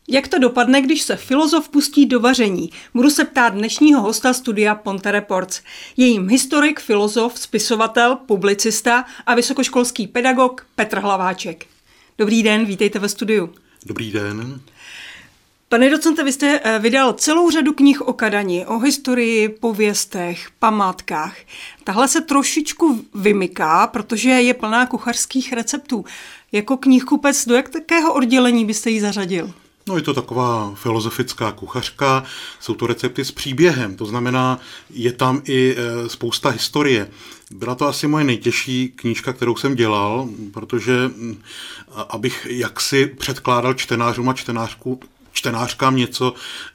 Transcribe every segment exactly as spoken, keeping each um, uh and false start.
Jak to dopadne, když se filozof pustí do vaření? Budu se ptát dnešního hosta studia Ponte Reports. Je jím historik, filozof, spisovatel, publicista a vysokoškolský pedagog Petr Hlaváček. Dobrý den, vítejte ve studiu. Dobrý den. Pane docente, vy jste vydal celou řadu knih o Kadani, o historii, pověstech, památkách. Tahle se trošičku vymyká, protože je plná kuchařských receptů. Jako knihkupec, do jakého oddělení byste ji zařadil? No, je to taková filozofická kuchařka, jsou to recepty s příběhem, to znamená, je tam i e, spousta historie. Byla to asi moje nejtěžší knížka, kterou jsem dělal, protože m, abych jaksi předkládal čtenářům a čtenářku, čtenářkám něco,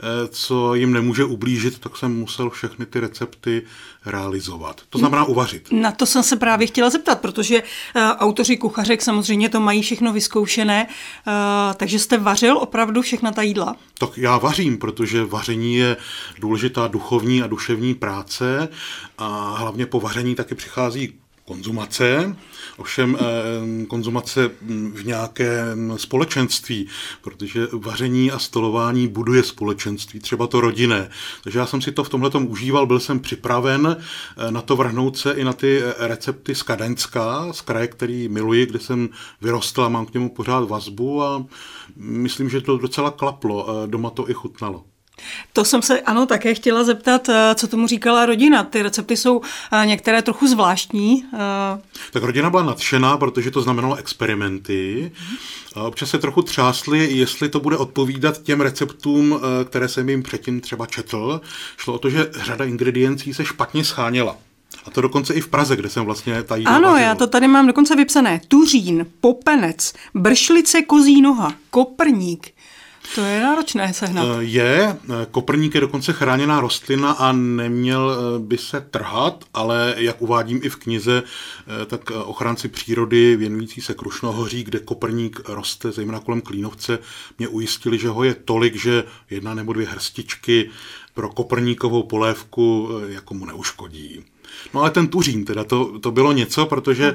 co jim nemůže ublížit, tak jsem musel všechny ty recepty realizovat. To znamená uvařit. Na to jsem se právě chtěla zeptat, protože uh, autoři kuchařek samozřejmě to mají všechno vyzkoušené, uh, takže jste vařil opravdu všechna ta jídla? Tak já vařím, protože vaření je důležitá duchovní a duševní práce a hlavně po vaření taky přichází konzumace, ovšem konzumace v nějakém společenství, protože vaření a stolování buduje společenství, třeba to rodinné. Takže já jsem si to v tomhletom užíval, byl jsem připraven na to vrhnout se i na ty recepty z Kadaňska, z kraje, který miluji, kde jsem vyrostl a mám k němu pořád vazbu a myslím, že to docela klaplo, doma to i chutnalo. To jsem se, ano, také chtěla zeptat, co tomu říkala rodina. Ty recepty jsou některé trochu zvláštní. Tak rodina byla nadšená, protože to znamenalo experimenty. A občas se trochu třásli, jestli to bude odpovídat těm receptům, které jsem jim předtím třeba četl. Šlo o to, že řada ingrediencí se špatně scháněla. A to dokonce i v Praze, kde jsem vlastně ta jídla Ano, vařil. Já to tady mám dokonce vypsané. Tuřín, Popenec, Bršlice, kozí noha, Koprník. To je náročné sehnat. Je. Koprník je dokonce chráněná rostlina a neměl by se trhat, ale jak uvádím i v knize, tak ochránci přírody věnující se Krušnohoří, kde koprník roste, zejména kolem Klínovce, mě ujistili, že ho je tolik, že jedna nebo dvě hrstičky pro koprníkovou polévku jako mu neuškodí. No ale ten Tuřín, teda to, to bylo něco, protože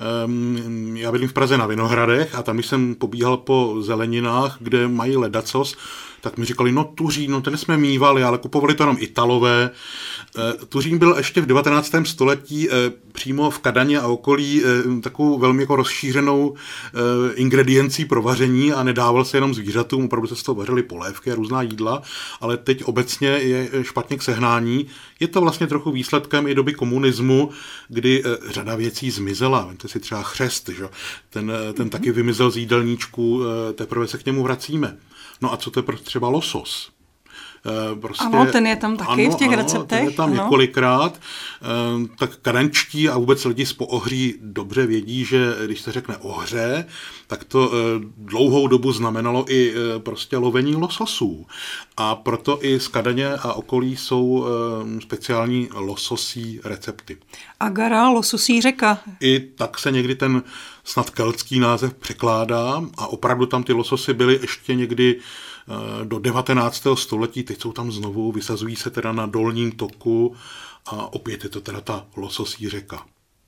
um, já bydlím v Praze na Vinohradech a tam, když jsem pobíhal po zeleninách, kde mají ledacos, tak mi říkali, no Tuřín, no ten jsme mívali, ale kupovali to jenom Italové. E, Tuřín byl ještě v devatenáctém století e, přímo v Kadani a okolí e, takovou velmi jako rozšířenou e, ingrediencí pro vaření a nedával se jenom zvířatům, opravdu se z toho vařily polévky a různá jídla, ale teď obecně je špatně k sehnání. Je to vlastně trochu výsledkem i doby komunismu, kdy e, řada věcí zmizela. Vemte si třeba chřest, že? Ten, ten taky vymizel z jídelníčku, e, teprve se k němu vracíme. No a co to je třeba losos? Prostě, ano, ten je tam taky ano, v těch ano, receptech. Ten je tam ano. několikrát. Tak kadančtí a vůbec lidi z Poohří dobře vědí, že když se řekne ohře, tak to dlouhou dobu znamenalo i prostě lovení lososů. A proto i z Kadaně a okolí jsou speciální lososí recepty. Agara, lososí řeka. I tak se někdy ten snad keltský název překládá a opravdu tam ty lososy byly ještě někdy do devatenáctého století, teď jsou tam znovu, vysazují se teda na dolním toku a opět je to teda ta lososí řeka.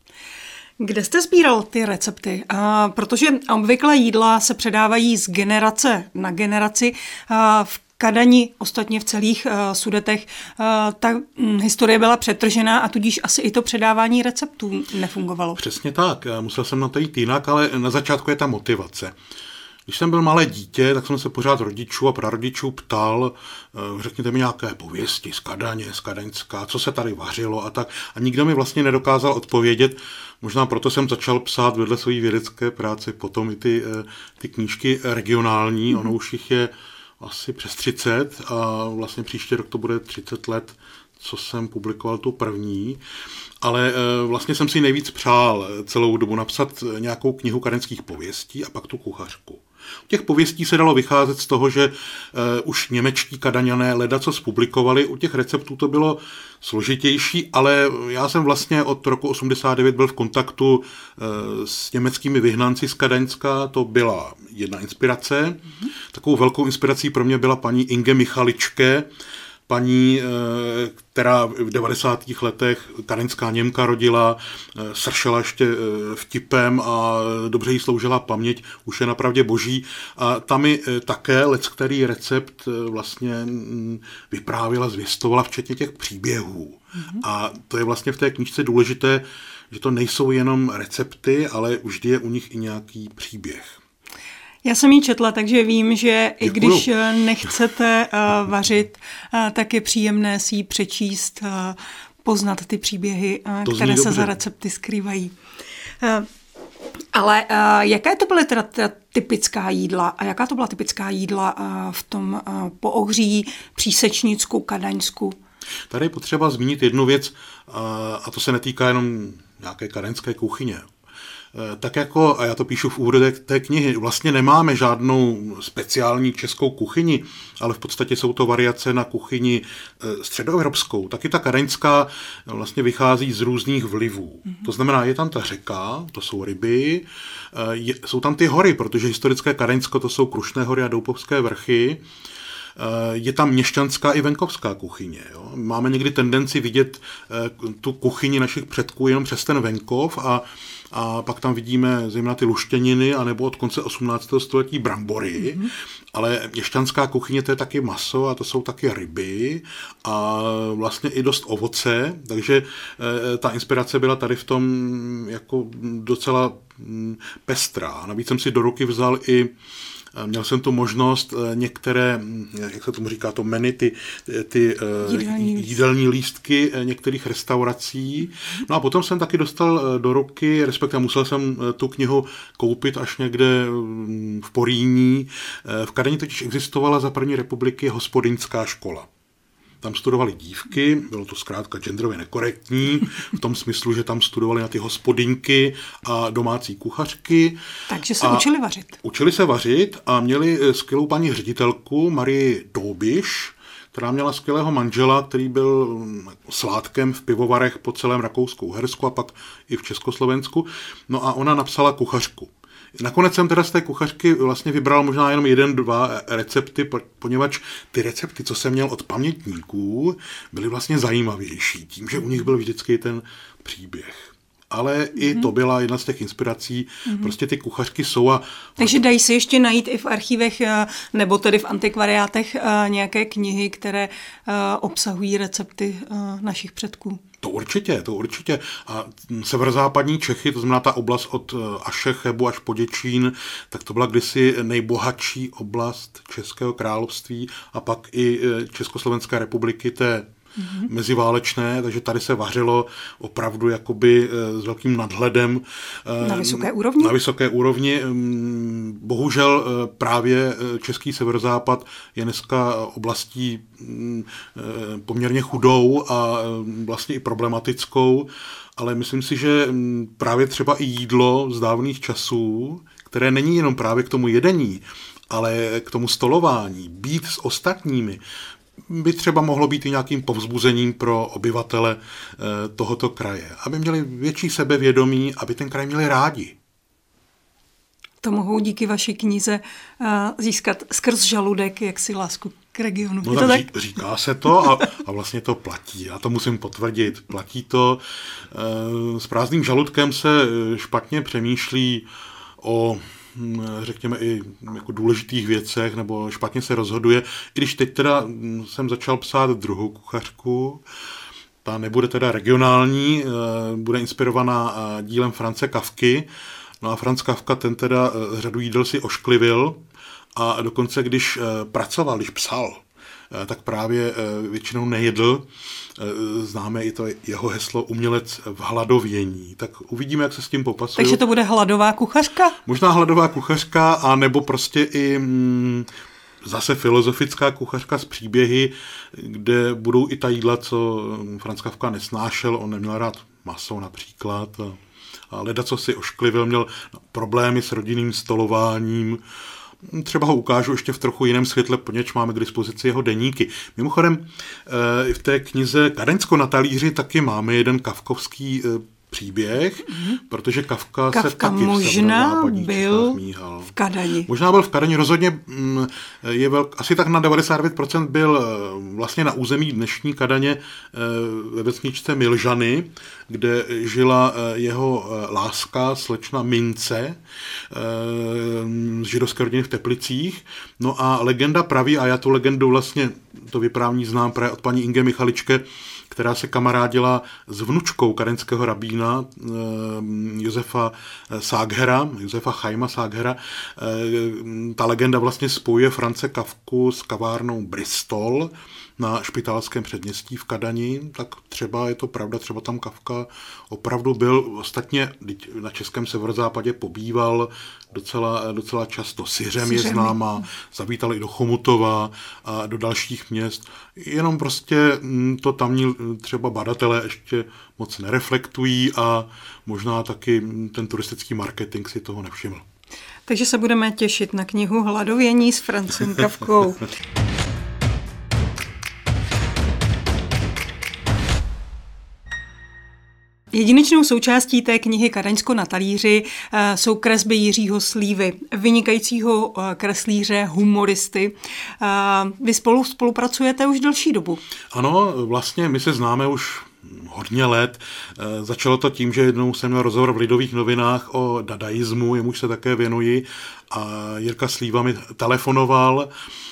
Kde jste sbíral ty recepty? A protože obvykle jídla se předávají z generace na generaci. A v Kadani, ostatně v celých uh, Sudetech, uh, ta um, historie byla přetržená a tudíž asi i to předávání receptů nefungovalo. Přesně tak, musel jsem na to jít jinak, ale na začátku je ta motivace. Když jsem byl malé dítě, tak jsem se pořád rodičů a prarodičů ptal, řekněte mi nějaké pověsti z Kadaně, z Kadaňska, co se tady vařilo a tak. A nikdo mi vlastně nedokázal odpovědět. Možná proto jsem začal psát vedle své vědecké práce potom i ty, ty knížky regionální. Mm-hmm. Ono už jich je asi přes třicet a vlastně příští rok to bude třicet let, co jsem publikoval tu první. Ale vlastně jsem si nejvíc přál celou dobu napsat nějakou knihu kadaňských pověstí a pak tu kuchařku. U těch pověstí se dalo vycházet z toho, že uh, už němečtí Kadaňané ledacos publikovali, u těch receptů to bylo složitější, ale já jsem vlastně od roku osmdesát devět byl v kontaktu uh, s německými vyhnanci z Kadaňska, to byla jedna inspirace. Mm-hmm. Takovou velkou inspirací pro mě byla paní Inge Michaličke, paní, která v devadesátých letech kadeňská Němka rodila, sršela ještě vtipem a dobře jí sloužila paměť, už je napravdě boží. A tam mi také leckterý recept vlastně vyprávěla, zvěstovala, včetně těch příběhů. Mm-hmm. A to je vlastně v té knížce důležité, že to nejsou jenom recepty, ale vždy je u nich i nějaký příběh. Já jsem ji četla, takže vím, že Děkuju. I když nechcete uh, vařit, uh, tak je příjemné si ji přečíst, uh, poznat ty příběhy, uh, které se za recepty skrývají. Uh, ale uh, jaké to byly teda ta typická jídla a jaká to byla typická jídla uh, v tom uh, Poohří, Přísečnicku, Kadaňsku? Tady je potřeba zmínit jednu věc, a to se netýká jenom nějaké kadaňské kuchyně. Tak jako, a já to píšu v úvodu té knihy, vlastně nemáme žádnou speciální českou kuchyni, ale v podstatě jsou to variace na kuchyni středoevropskou. Taky ta kadaňská vlastně vychází z různých vlivů. Mm-hmm. To znamená, je tam ta řeka, to jsou ryby, je, jsou tam ty hory, protože historické Kadaňsko to jsou Krušné hory a Doupovské vrchy. Je tam měšťanská i venkovská kuchyně. Jo. Máme někdy tendenci vidět tu kuchyni našich předků jenom přes ten venkov a, a pak tam vidíme zejména ty luštěniny anebo od konce osmnáctého století brambory, mm-hmm. ale měšťanská kuchyně to je taky maso a to jsou taky ryby a vlastně i dost ovoce, takže ta inspirace byla tady v tom jako docela pestrá. Navíc jsem si do ruky vzal i Měl jsem tu možnost některé, jak se tomu říká, to menu, ty, ty jídelní, jídelní lístky některých restaurací. No a potom jsem taky dostal do ruky, respektive musel jsem tu knihu koupit až někde v Poríní. V Kadani totiž existovala za první republiky hospodyňská škola. Tam studovali dívky, bylo to zkrátka genderově nekorektní, v tom smyslu, že tam studovali na ty hospodyňky a domácí kuchařky. Takže se učili vařit. Učili se vařit a měli skvělou paní ředitelku Marii Doubiš, která měla skvělého manžela, který byl sládkem v pivovarech po celém Rakousku-Uhersku a pak i v Československu. No a ona napsala kuchařku. Nakonec jsem teda z té kuchařky vlastně vybral možná jenom jeden, dva recepty, poněvadž ty recepty, co jsem měl od pamětníků, byly vlastně zajímavější, tím, že u nich byl vždycky ten příběh. Ale mm-hmm. i to byla jedna z těch inspirací, mm-hmm. prostě ty kuchařky jsou a... Takže dají se ještě najít i v archívech nebo tedy v antikvariátech nějaké knihy, které obsahují recepty našich předků. To určitě, to určitě. A severozápadní Čechy, to znamená ta oblast od Aše, Chebu až po Děčín, tak to byla kdysi nejbohatší oblast Českého království a pak i Československé republiky té mm-hmm. meziválečné, takže tady se vařilo opravdu jakoby s velkým nadhledem. Na vysoké úrovni? Na vysoké úrovni. Bohužel právě český severozápad je dneska oblastí poměrně chudou a vlastně i problematickou, ale myslím si, že právě třeba i jídlo z dávných časů, které není jenom právě k tomu jedení, ale k tomu stolování, být s ostatními, by třeba mohlo být i nějakým povzbuzením pro obyvatele tohoto kraje, aby měli větší sebevědomí, aby ten kraj měli rádi. To mohou díky vaší knize získat skrz žaludek jaksi lásku k regionu. No, tak, tak říká se to a, a vlastně to platí. Já to musím potvrdit. Platí to. S prázdným žaludkem se špatně přemýšlí o řekněme i jako důležitých věcech, nebo špatně se rozhoduje. I když teď teda jsem začal psát druhou kuchařku, ta nebude teda regionální, bude inspirovaná dílem Franze Kafky. No a Franz Kafka ten teda řadu jídel si ošklivil a dokonce když pracoval, když psal, tak právě většinou nejedl. Známe i to jeho heslo umělec v hladovění. Tak uvidíme, jak se s tím popasuje. Takže to bude hladová kuchařka? Možná hladová kuchařka, a nebo prostě i mm, zase filozofická kuchařka s příběhy, kde budou i ta jídla, co Franz Kafka nesnášel. On neměl rád maso například. A, a leda, co si ošklivil, měl problémy s rodinným stolováním. Třeba ho ukážu ještě v trochu jiném světle, poněvadž máme k dispozici jeho deníky. Mimochodem, v té knize Kadaňsko na talíři taky máme jeden kafkovský příběh, mm-hmm. protože Kafka, Kafka se taky možná byl v Kadani. Možná byl v Kadani, rozhodně je velk, asi tak na devadesát devět procent byl vlastně na území dnešní Kadaně ve vesničce Milžany, kde žila jeho láska, slečna Mince z židovské rodiny v Teplicích. No a legenda praví, a já tu legendu vlastně, to vyprávění znám právě od paní Inge Michaličke, která se kamarádila s vnučkou kadenského rabína Josefa Sághera, Josefa Chaima Sághera. Ta legenda vlastně spojuje Franze Kafku s kavárnou Bristol na Špitálském předměstí v Kadani, tak třeba je to pravda, třeba tam Kafka opravdu byl. Ostatně na českém severozápadě pobýval docela, docela často. Syřem je známá, zavítal i do Chomutova a do dalších měst. Jenom prostě to tamní třeba badatelé ještě moc nereflektují a možná taky ten turistický marketing si toho nevšiml. Takže se budeme těšit na knihu Hladovění s Franzem Kafkou. Jedinečnou součástí té knihy Kadaňsko na talíři jsou kresby Jiřího Slívy, vynikajícího kreslíře, humoristy. Vy spolu spolupracujete už delší dobu. Ano, vlastně my se známe už hodně let. Začalo to tím, že jednou jsem měl rozhovor v Lidových novinách o dadaismu, jemuž se také věnuji, a Jirka Slíva mi telefonoval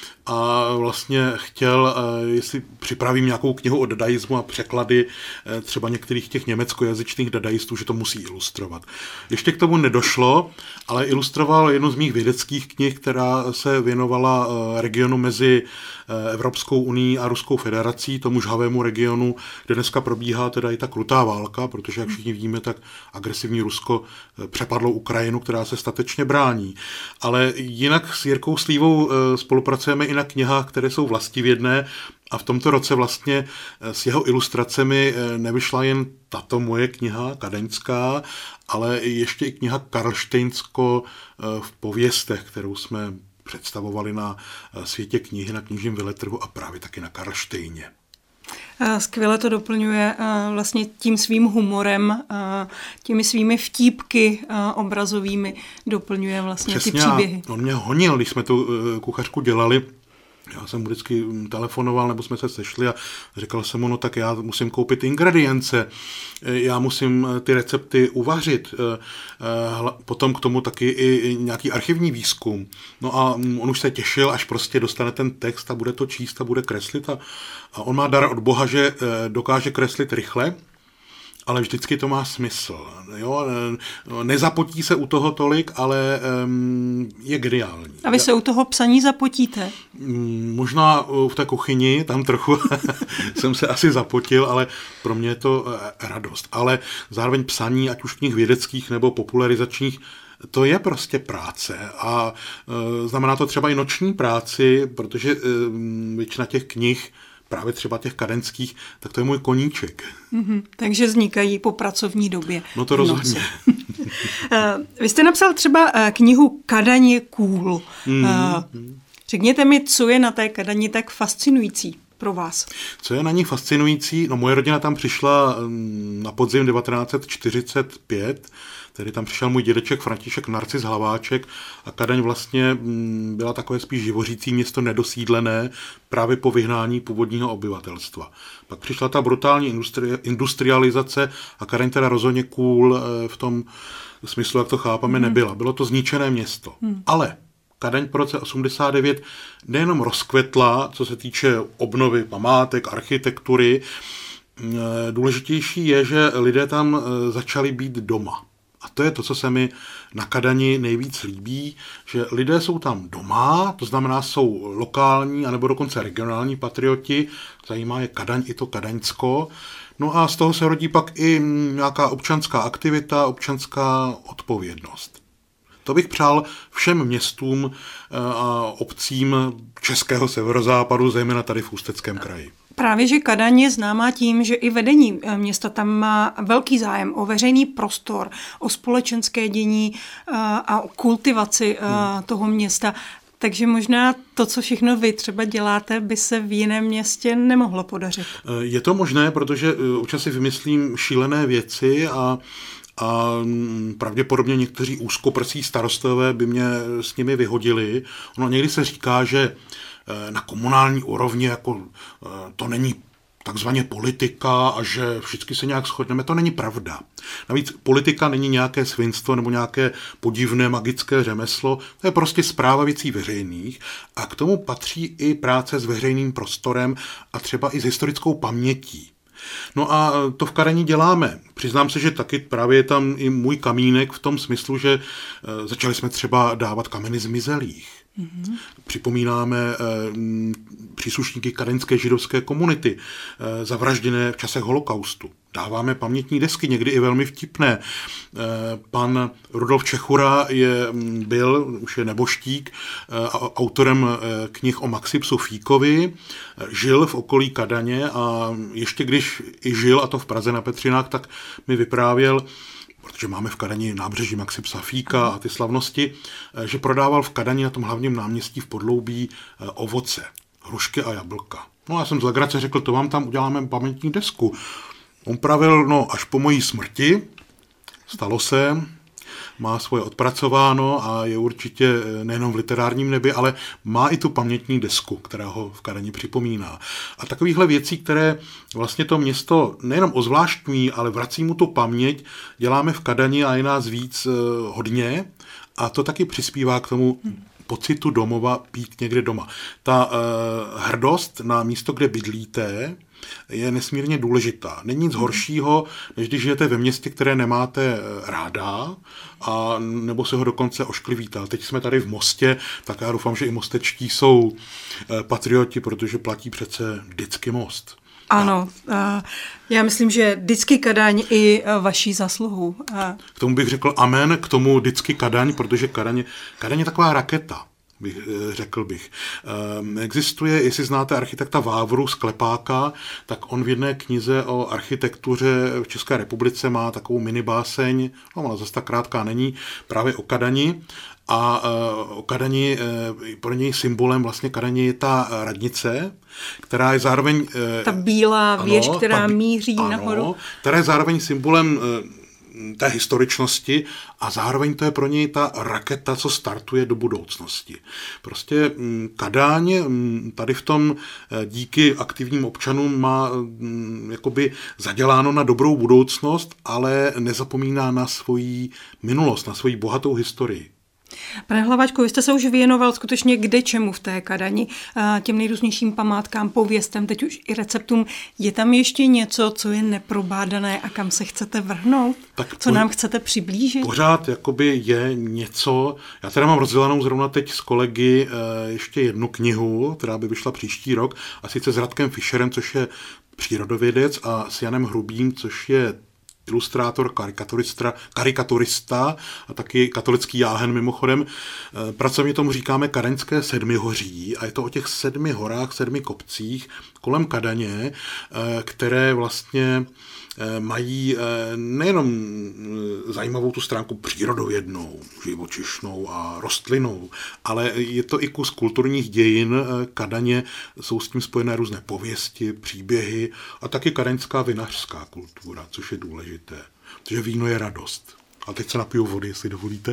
a vlastně chtěl, jestli připravím nějakou knihu o dadaismu a překlady třeba některých těch německojazyčných dadaistů, že to musí ilustrovat. Ještě k tomu nedošlo, ale ilustroval jednu z mých vědeckých knih, která se věnovala regionu mezi Evropskou unii a Ruskou federací, tomu žhavému regionu, kde dneska probíhá teda i ta krutá válka, protože jak všichni víme, tak agresivní Rusko přepadlo Ukrajinu, která se statečně brání. Ale jinak s Jirkou Slívou spolupracujeme i na knihách, které jsou vlastivědné, a v tomto roce vlastně s jeho ilustracemi nevyšla jen tato moje kniha Kadaňská, ale ještě i kniha Karlštejnsko v pověstech, kterou jsme představovali na Světě knihy, na knižním veletrhu a právě taky na Karlštejně. Skvěle to doplňuje vlastně tím svým humorem, těmi svými vtípky obrazovými doplňuje vlastně Přesně, ty příběhy. On mě honil, když jsme tu kuchařku dělali. Já jsem mu vždycky telefonoval, nebo jsme se sešli a říkal jsem mu, no tak já musím koupit ingredience, já musím ty recepty uvařit, potom k tomu taky i nějaký archivní výzkum. No a on už se těšil, až prostě dostane ten text a bude to číst a bude kreslit. A, a on má dar od Boha, že dokáže kreslit rychle, ale vždycky to má smysl. Jo? Nezapotí se u toho tolik, ale um, je geniální. A vy se u toho psaní zapotíte? Možná v té kuchyni, tam trochu jsem se asi zapotil, ale pro mě je to radost. Ale zároveň psaní, ať už knih vědeckých nebo popularizačních, to je prostě práce a e, znamená to třeba i noční práci, protože e, většina těch knih, právě třeba těch kadenských, tak to je můj koníček. Mm-hmm, takže vznikají po pracovní době. No to rozhodně. Vy jste napsal třeba knihu Kadaň je cool. Mm-hmm. Řekněte mi, co je na té Kadani tak fascinující pro vás? Co je na ní fascinující? No moje rodina tam přišla na podzim devatenáct set čtyřicet pět, tedy tam přišel můj dědeček František Narcis Hlaváček a Kadaň vlastně byla takové spíš živořící město nedosídlené právě po vyhnání původního obyvatelstva. Pak přišla ta brutální industri- industrializace a Kadaň teda rozhodně cool v tom smyslu, jak to chápeme, hmm. nebyla. Bylo to zničené město. Hmm. Ale Kadaň po roce osmdesát devět nejenom rozkvetla, co se týče obnovy památek, architektury, důležitější je, že lidé tam začali být doma. A to je to, co se mi na Kadani nejvíc líbí, že lidé jsou tam doma, to znamená, jsou lokální anebo dokonce regionální patrioti, zajímá je Kadaň i to Kadaňsko. No a z toho se rodí pak i nějaká občanská aktivita, občanská odpovědnost. To bych přál všem městům a obcím českého severozápadu, zejména tady v Ústeckém kraji. Právě, že Kadaň je známá tím, že i vedení města tam má velký zájem o veřejný prostor, o společenské dění a o kultivaci hmm. toho města. Takže možná to, co všechno vy třeba děláte, by se v jiném městě nemohlo podařit. Je to možné, protože občas si vymyslím šílené věci a A pravděpodobně někteří úzkoprsí starostové by mě s nimi vyhodili. Ono někdy se říká, že na komunální úrovni jako to není takzvaně politika a že všichni se nějak shodneme. To není pravda. Navíc politika není nějaké svinstvo nebo nějaké podivné magické řemeslo. To je prostě správa věcí veřejných a k tomu patří i práce s veřejným prostorem a třeba i s historickou pamětí. No a to v Kadani děláme. Přiznám se, že taky právě je tam i můj kamínek v tom smyslu, že začali jsme třeba dávat kameny zmizelých. Mm-hmm. Připomínáme e, příslušníky kadaňské židovské komunity, e, zavražděné v časech holokaustu. Dáváme pamětní desky, někdy i velmi vtipné. E, pan Rudolf Čechura je, byl, už je neboštík, e, autorem e, knih o Maxi Psofíkovi, e, žil v okolí Kadaně a ještě když i žil, a to v Praze na Petřinách, tak mi vyprávěl, protože máme v Kadani nábřeží Maxi Psofíka a ty slavnosti, že prodával v Kadani na tom hlavním náměstí v Podloubí ovoce, hrušky a jablka. No já jsem z legrace řekl, to vám tam uděláme pamětní desku. On pravil, no až po mojí smrti, stalo se, má svoje odpracováno a je určitě nejenom v literárním nebi, ale má i tu pamětní desku, která ho v Kadani připomíná. A takovýchhle věcí, které vlastně to město nejenom ozvláštňují, ale vrací mu tu paměť, děláme v Kadani a je nás víc hodně a to taky přispívá k tomu pocitu domova, být někde doma. Ta uh, hrdost na místo, kde bydlíte, je nesmírně důležitá. Není nic horšího, než když žijete ve městě, které nemáte ráda, a nebo se ho dokonce ošklivíte. Ale teď jsme tady v Mostě, tak já doufám, že i mostečtí jsou patrioti, protože platí přece vždycky Most. Ano, a já myslím, že vždycky Kadaň i vaší zasluhu. A... K tomu bych řekl amen, k tomu vždycky Kadaň, protože Kadaň, Kadaň je taková raketa. Bych, řekl bych. Existuje, jestli znáte architekta Vávru Sklepáka, tak on v jedné knize o architektuře v České republice má takovou minibáseň, no ona zase tak krátká není, právě o Kadani. A o Kadani, pro něj symbolem vlastně Kadani je ta radnice, která je zároveň... Ta bílá věž, ano, která ta, míří ano, nahoru. Která je zároveň symbolem té historičnosti a zároveň to je pro něj ta raketa, co startuje do budoucnosti. Prostě Kadaň tady v tom díky aktivním občanům má jakoby zaděláno na dobrou budoucnost, ale nezapomíná na svoji minulost, na svoji bohatou historii. Pane Hlavačku, vy jste se už věnoval skutečně kde čemu v té Kadani, těm nejrůznějším památkám, pověstem, teď už i receptům. Je tam ještě něco, co je neprobádané a kam se chcete vrhnout? Tak co po, nám chcete přiblížit? Pořád jakoby je něco, já teda mám rozdělanou zrovna teď s kolegy ještě jednu knihu, která by vyšla příští rok, a sice s Radkem Fischerem, což je přírodovědec, a s Janem Hrubým, což je ilustrátor, karikaturista, karikaturista a taky katolický jáhen mimochodem. Pracovně tomu říkáme Kadaňské sedmihoří a je to o těch sedmi horách, sedmi kopcích kolem Kadaně, které vlastně mají nejenom zajímavou tu stránku přírodovědnou, živočišnou a rostlinnou, ale je to i kus kulturních dějin Kadaně, jsou s tím spojené různé pověsti, příběhy a taky kadaňská vinařská kultura, což je důležité, protože víno je radost. A teď se napiju vody, jestli dovolíte.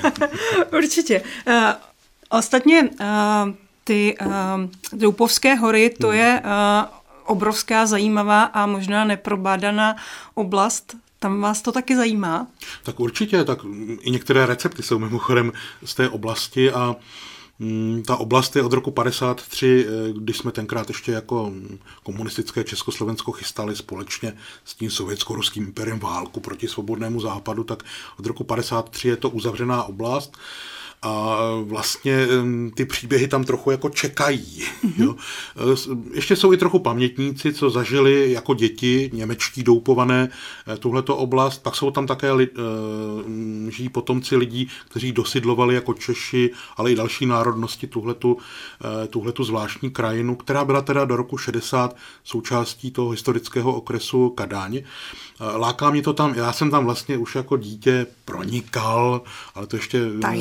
Určitě. Uh, ostatně uh, ty uh, Doupovské hory, to hmm. je uh, obrovská, zajímavá a možná neprobádaná oblast. Tam vás to taky zajímá? Tak určitě, tak i některé recepty jsou mimochodem z té oblasti a mm, ta oblast je od roku padesát tři, když jsme tenkrát ještě jako komunistické Československo chystali společně s tím sovětsko-ruským impériem válku proti svobodnému západu, tak od roku padesát tři je to uzavřená oblast. A vlastně ty příběhy tam trochu jako čekají. Mm-hmm. Jo. Ještě jsou i trochu pamětníci, co zažili jako děti, němečtí Doupované, tuhleto oblast. Pak jsou tam také li, žijí potomci lidí, kteří dosidlovali jako Češi, ale i další národnosti tuhletu, tuhletu zvláštní krajinu, která byla teda do roku šedesát součástí toho historického okresu Kadaň. Láká mě to tam, já jsem tam vlastně už jako dítě pronikal, ale to ještě, tajně. to ještě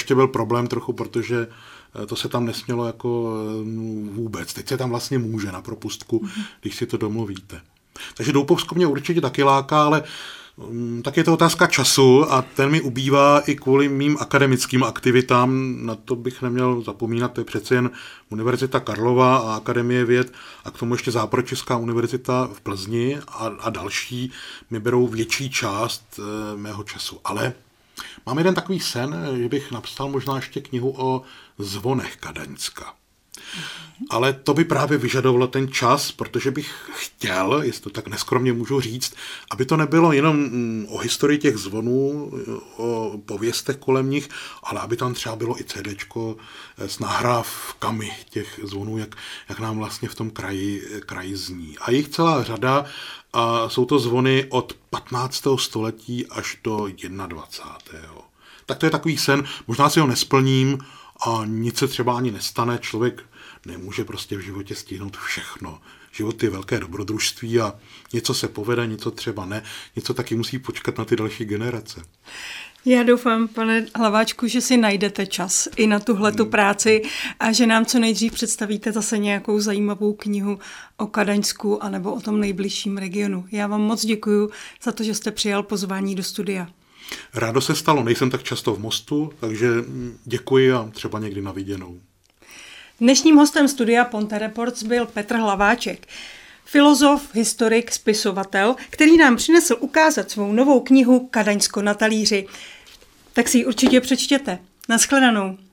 ještě byl problém trochu, protože to se tam nesmělo jako vůbec. Teď se tam vlastně může na propustku, mm-hmm. když si to domluvíte. Takže Doupovsko mě určitě taky láká, ale tak je to otázka času a ten mi ubývá i kvůli mým akademickým aktivitám. Na to bych neměl zapomínat, to je přece jen Univerzita Karlova a Akademie věd a k tomu ještě Západočeská univerzita v Plzni a, a další mi berou větší část e, mého času. Ale mám jeden takový sen, že bych napsal možná ještě knihu o zvonech Kadaňska. Ale to by právě vyžadovalo ten čas, protože bych chtěl, jestli to tak neskromně můžu říct, aby to nebylo jenom o historii těch zvonů, o pověstech kolem nich, ale aby tam třeba bylo i CDčko s nahrávkami těch zvonů, jak, jak nám vlastně v tom kraji, kraji zní. A jich celá řada a jsou to zvony od patnáctého století až do dvacátého. Tak to je takový sen, možná si ho nesplním a nic se třeba ani nestane, člověk nemůže prostě v životě stihnout všechno. Život je velké dobrodružství a něco se povede, něco třeba ne, něco taky musí počkat na ty další generace. Já doufám, pane Hlaváčku, že si najdete čas i na tuhletu práci a že nám co nejdřív představíte zase nějakou zajímavou knihu o Kadaňsku anebo o tom nejbližším regionu. Já vám moc děkuju za to, že jste přijal pozvání do studia. Rádo se stalo, nejsem tak často v Mostu, takže děkuji a třeba někdy na viděnou. Dnešním hostem studia Ponte Reports byl Petr Hlaváček, filozof, historik, spisovatel, který nám přinesl ukázat svou novou knihu Kadaňsko na talíři. Tak si ji určitě přečtěte. Naschledanou.